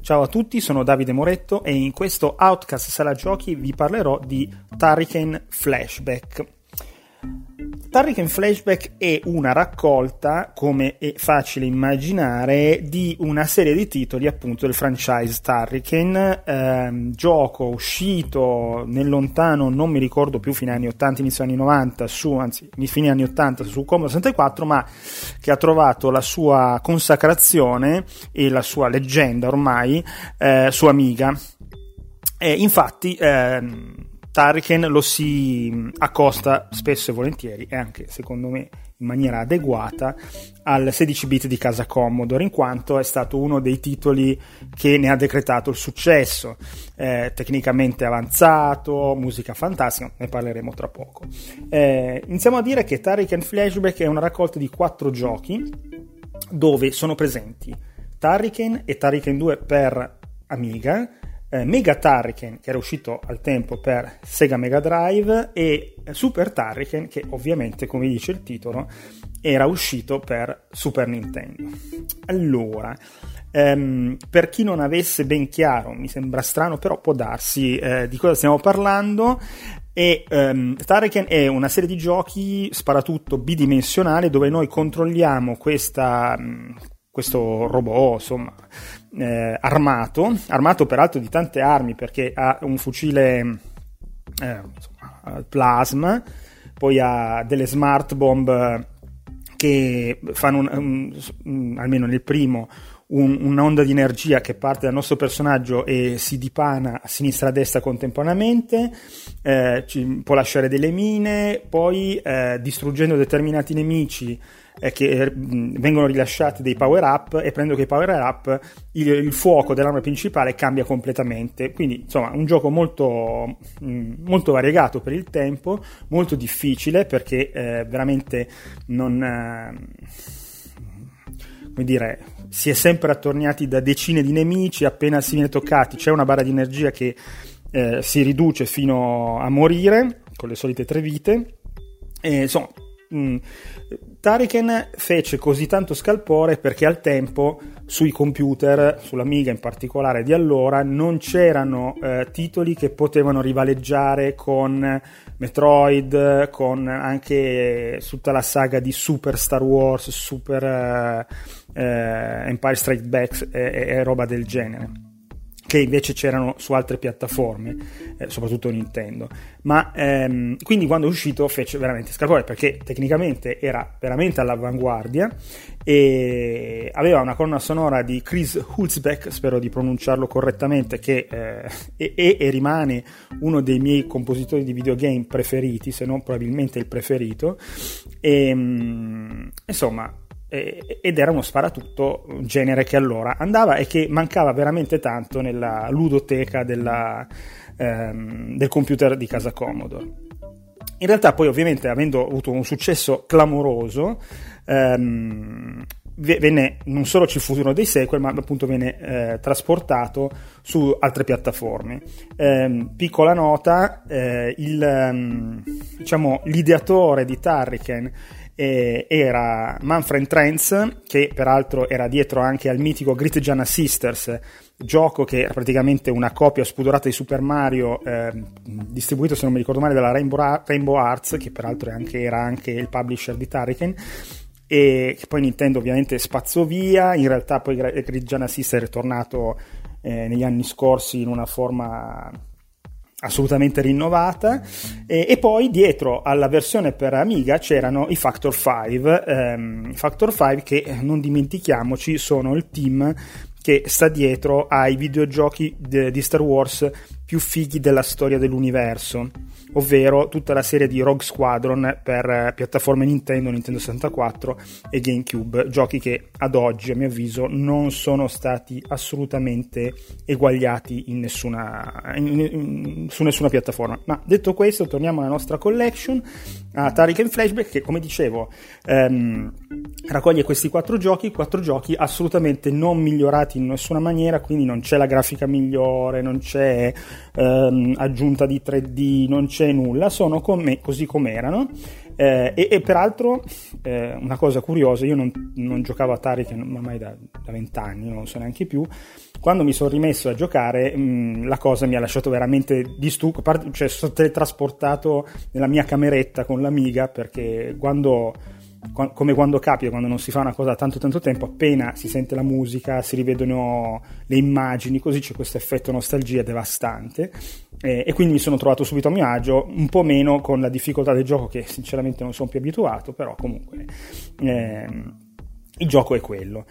Ciao a tutti, sono Davide Moretto e in questo Outcast Sala Giochi vi parlerò di Turrican Flashback. Turrican Flashback è una raccolta, come è facile immaginare, di una serie di titoli appunto del franchise Turrican, gioco uscito nel lontano, non mi ricordo più, fine anni 80, inizio anni 90, fine anni 80 su Commodore 64, ma che ha trovato la sua consacrazione e la sua leggenda ormai su Amiga. Infatti Turrican lo si accosta spesso e volentieri, e anche secondo me in maniera adeguata, al 16-bit di casa Commodore, in quanto è stato uno dei titoli che ne ha decretato il successo, tecnicamente avanzato, musica fantastica, ne parleremo tra poco. Iniziamo a dire che Turrican Flashback è una raccolta di 4 giochi dove sono presenti Turrican e Turrican 2 per Amiga, Mega Turrican, che era uscito al tempo per Sega Mega Drive, e Super Turrican, che ovviamente, come dice il titolo, era uscito per Super Nintendo. Allora, per chi non avesse ben chiaro, mi sembra strano, però può darsi di cosa stiamo parlando. E Turrican è una serie di giochi sparatutto bidimensionale dove noi controlliamo questo robot, insomma, armato peraltro di tante armi, perché ha un fucile plasma, poi ha delle smart bomb che fanno almeno nel primo un'onda di energia che parte dal nostro personaggio e si dipana a sinistra e a destra contemporaneamente, può lasciare delle mine, poi distruggendo determinati nemici che vengono rilasciati dei power up, e prendendo quei power up il fuoco dell'arma principale cambia completamente. Quindi insomma un gioco molto variegato per il tempo, molto difficile perché veramente si è sempre attorniati da decine di nemici. Appena si viene toccati c'è una barra di energia che si riduce fino a morire con le solite 3 vite, e insomma Turrican fece così tanto scalpore perché al tempo sui computer, sull'Amiga in particolare di allora, non c'erano titoli che potevano rivaleggiare con Metroid, con anche tutta la saga di Super Star Wars, Super Empire Strikes Back e roba del genere, che invece c'erano su altre piattaforme, soprattutto Nintendo. Ma quindi quando è uscito fece veramente scalpore, perché tecnicamente era veramente all'avanguardia e aveva una colonna sonora di Chris Hulsbeck, spero di pronunciarlo correttamente, che e rimane uno dei miei compositori di videogame preferiti, se non probabilmente il preferito, insomma. Ed era uno sparatutto, un genere che allora andava e che mancava veramente tanto nella ludoteca del computer di casa Commodore. In realtà poi, ovviamente, avendo avuto un successo clamoroso, non solo ci furono dei sequel, ma appunto venne trasportato su altre piattaforme. Piccola nota, l'ideatore di Turrican era Manfred Trenz, che peraltro era dietro anche al mitico Great Giana Sisters, gioco che era praticamente una copia spudorata di Super Mario, distribuito, se non mi ricordo male, dalla Rainbow Arts, che peraltro era anche il publisher di Turrican, e che poi Nintendo ovviamente spazzò via. In realtà poi Great Giana Sisters è tornato negli anni scorsi in una forma assolutamente rinnovata, e poi dietro alla versione per Amiga c'erano i Factor 5, che non dimentichiamoci sono il team che sta dietro ai videogiochi di Star Wars più fighi della storia dell'universo, ovvero tutta la serie di Rogue Squadron per piattaforme Nintendo 64 e GameCube, giochi che ad oggi, a mio avviso, non sono stati assolutamente eguagliati su nessuna piattaforma. Ma detto questo, torniamo alla nostra collection, a Turrican Flashback, che, come dicevo, raccoglie questi 4 giochi assolutamente non migliorati in nessuna maniera, quindi non c'è la grafica migliore, non c'è aggiunta di 3D, non c'è nulla, sono così com'erano. E peraltro una cosa curiosa, io non giocavo a Tariken ormai da 20 anni, non so neanche più. Quando mi sono rimesso a giocare, la cosa mi ha lasciato veramente di stucco, cioè sono teletrasportato nella mia cameretta con l'Amiga, perché come quando capita, quando non si fa una cosa da tanto tempo, appena si sente la musica, si rivedono le immagini, così c'è questo effetto nostalgia devastante, e quindi mi sono trovato subito a mio agio, un po' meno con la difficoltà del gioco, che sinceramente non sono più abituato, però comunque il gioco è quello.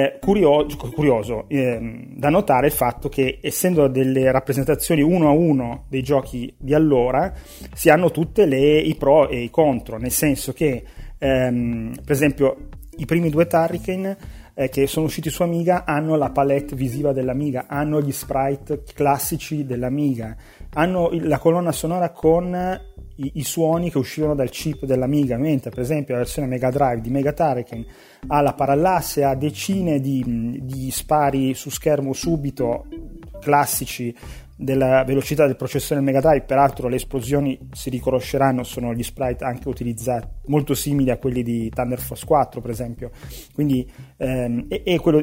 Curioso da notare il fatto che, essendo delle rappresentazioni 1-1 dei giochi di allora, si hanno tutte i pro e i contro, nel senso che per esempio i primi due Turrican che sono usciti su Amiga hanno la palette visiva dell'Amiga, hanno gli sprite classici dell'Amiga, hanno la colonna sonora con i suoni che uscivano dal chip dell'Amiga, mentre per esempio la versione Mega Drive di Mega Turrican ha la parallasse, ha decine di spari su schermo subito classici della velocità del processore Mega Drive. Peraltro le esplosioni, si riconosceranno, sono gli sprite anche utilizzati, molto simili a quelli di Thunder Force 4 per esempio, quindi quello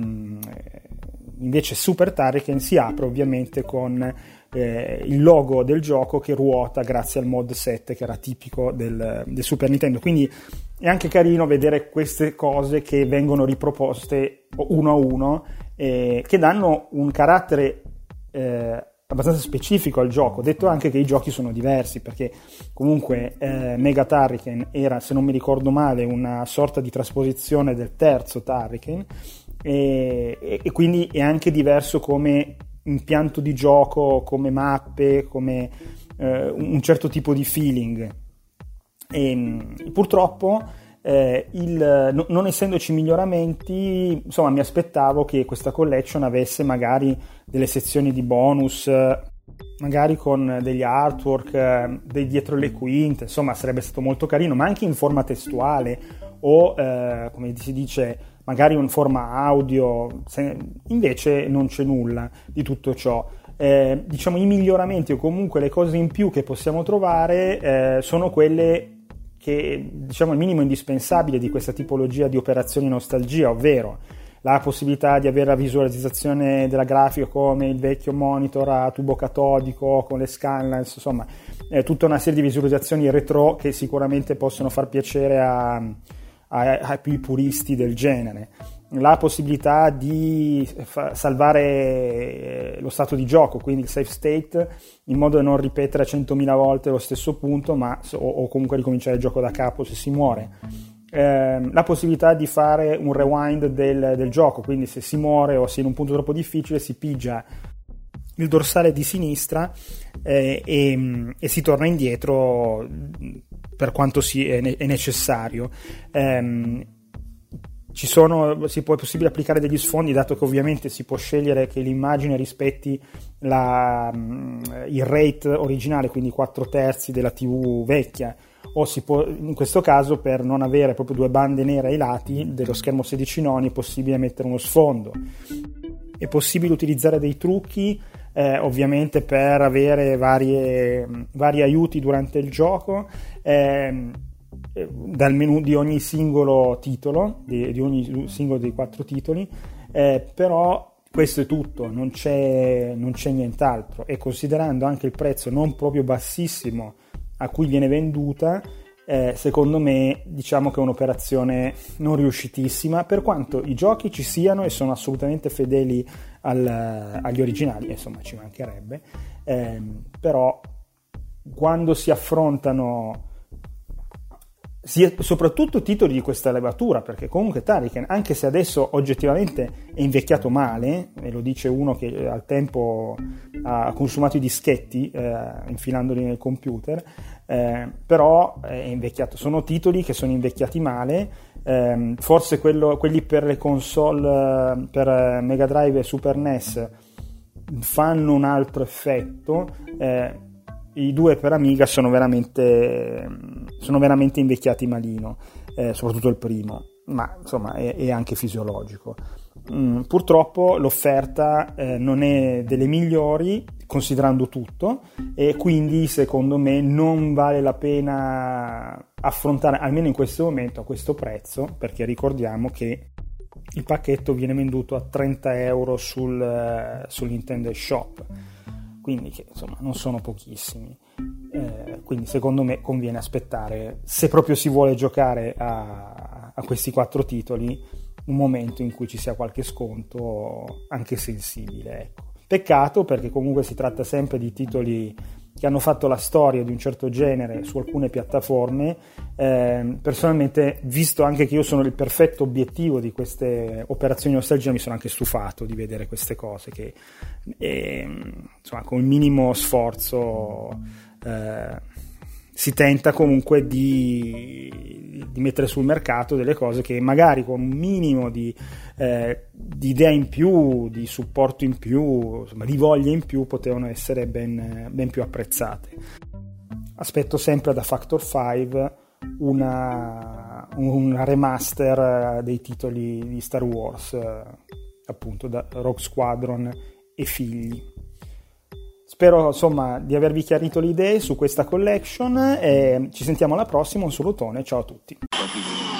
invece Super Turrican si apre ovviamente con il logo del gioco che ruota grazie al mod 7 che era tipico del Super Nintendo, quindi è anche carino vedere queste cose che vengono riproposte uno a uno, che danno un carattere abbastanza specifico al gioco. Detto anche che i giochi sono diversi, perché comunque Mega Turrican era, se non mi ricordo male, una sorta di trasposizione del terzo Turrican, e quindi è anche diverso come impianto di gioco, come mappe, come un certo tipo di feeling. E purtroppo non essendoci miglioramenti, insomma, mi aspettavo che questa collection avesse magari delle sezioni di bonus, magari con degli artwork dei dietro le quinte, insomma sarebbe stato molto carino, ma anche in forma testuale o come si dice, magari in forma audio. Invece non c'è nulla di tutto ciò. Diciamo, i miglioramenti o comunque le cose in più che possiamo trovare sono quelle che, diciamo, il minimo indispensabile di questa tipologia di operazioni nostalgia, ovvero la possibilità di avere la visualizzazione della grafica come il vecchio monitor a tubo catodico con le scanlines, insomma tutta una serie di visualizzazioni retro che sicuramente possono far piacere ai più puristi del genere. La possibilità di salvare lo stato di gioco, quindi il save state, in modo da non ripetere 100.000 volte lo stesso punto, o comunque ricominciare il gioco da capo se si muore. La possibilità di fare un rewind del gioco, quindi se si muore o si è in un punto troppo difficile si pigia il dorsale di sinistra e si torna indietro per quanto è necessario. È possibile applicare degli sfondi, dato che ovviamente si può scegliere che l'immagine rispetti il rate originale, quindi 4/3 della TV vecchia, o si può, in questo caso, per non avere proprio due bande nere ai lati dello schermo 16 noni, è possibile mettere uno sfondo. È possibile utilizzare dei trucchi ovviamente per avere vari aiuti durante il gioco, dal menu di ogni singolo titolo, di ogni singolo dei 4 titoli, però questo è tutto, non c'è nient'altro, e considerando anche il prezzo non proprio bassissimo a cui viene venduta, secondo me, diciamo che è un'operazione non riuscitissima, per quanto i giochi ci siano e sono assolutamente fedeli agli originali, insomma ci mancherebbe, però quando si affrontano soprattutto titoli di questa levatura, perché comunque Turrican, anche se adesso oggettivamente è invecchiato male, e lo dice uno che al tempo ha consumato i dischetti infilandoli nel computer, però è invecchiato. Sono titoli che sono invecchiati male, forse quelli per le console per Mega Drive e Super NES fanno un altro effetto, i due per Amiga sono veramente invecchiati malino, soprattutto il primo, ma insomma è anche fisiologico. Purtroppo l'offerta non è delle migliori considerando tutto, e quindi secondo me non vale la pena affrontare, almeno in questo momento, a questo prezzo, perché ricordiamo che il pacchetto viene venduto a 30 euro sul Nintendo Shop, quindi che insomma non sono pochissimi. Quindi secondo me conviene aspettare, se proprio si vuole giocare a questi 4 titoli, un momento in cui ci sia qualche sconto anche sensibile, ecco. Peccato, perché comunque si tratta sempre di titoli che hanno fatto la storia di un certo genere su alcune piattaforme. Personalmente, visto anche che io sono il perfetto obiettivo di queste operazioni nostalgia, mi sono anche stufato di vedere queste cose che insomma, con il minimo sforzo si tenta comunque di mettere sul mercato delle cose che magari con un minimo di idea in più, di supporto in più, insomma, di voglia in più, potevano essere ben più apprezzate. Aspetto sempre da Factor 5 una remaster dei titoli di Star Wars, appunto da Rogue Squadron e figli. Spero insomma di avervi chiarito le idee su questa collection, e ci sentiamo alla prossima. Un salutone, ciao a tutti.